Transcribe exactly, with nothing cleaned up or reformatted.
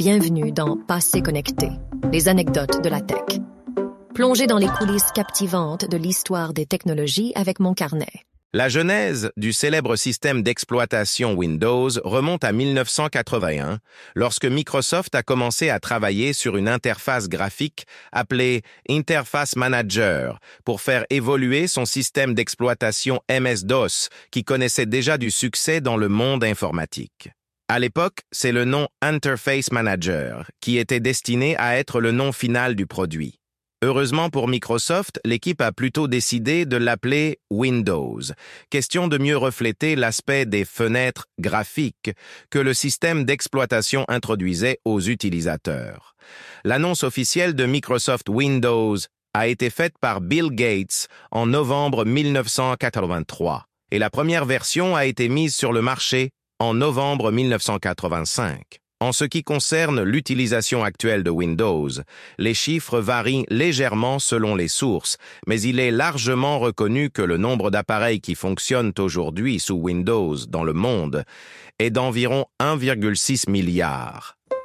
Bienvenue dans Passé connecté, les anecdotes de la tech. Plongez dans les coulisses captivantes de l'histoire des technologies avec mon carnet. La genèse du célèbre système d'exploitation Windows remonte à mille neuf cent quatre-vingt-un, lorsque Microsoft a commencé à travailler sur une interface graphique appelée Interface Manager pour faire évoluer son système d'exploitation M S-DOS qui connaissait déjà du succès dans le monde informatique. À l'époque, c'est le nom Interface Manager qui était destiné à être le nom final du produit. Heureusement pour Microsoft, l'équipe a plutôt décidé de l'appeler Windows, question de mieux refléter l'aspect des fenêtres graphiques que le système d'exploitation introduisait aux utilisateurs. L'annonce officielle de Microsoft Windows a été faite par Bill Gates en novembre mille neuf cent quatre-vingt-trois et la première version a été mise sur le marché en novembre mille neuf cent quatre-vingt-cinq. En ce qui concerne l'utilisation actuelle de Windows, les chiffres varient légèrement selon les sources, mais il est largement reconnu que le nombre d'appareils qui fonctionnent aujourd'hui sous Windows dans le monde est d'environ un virgule six milliard.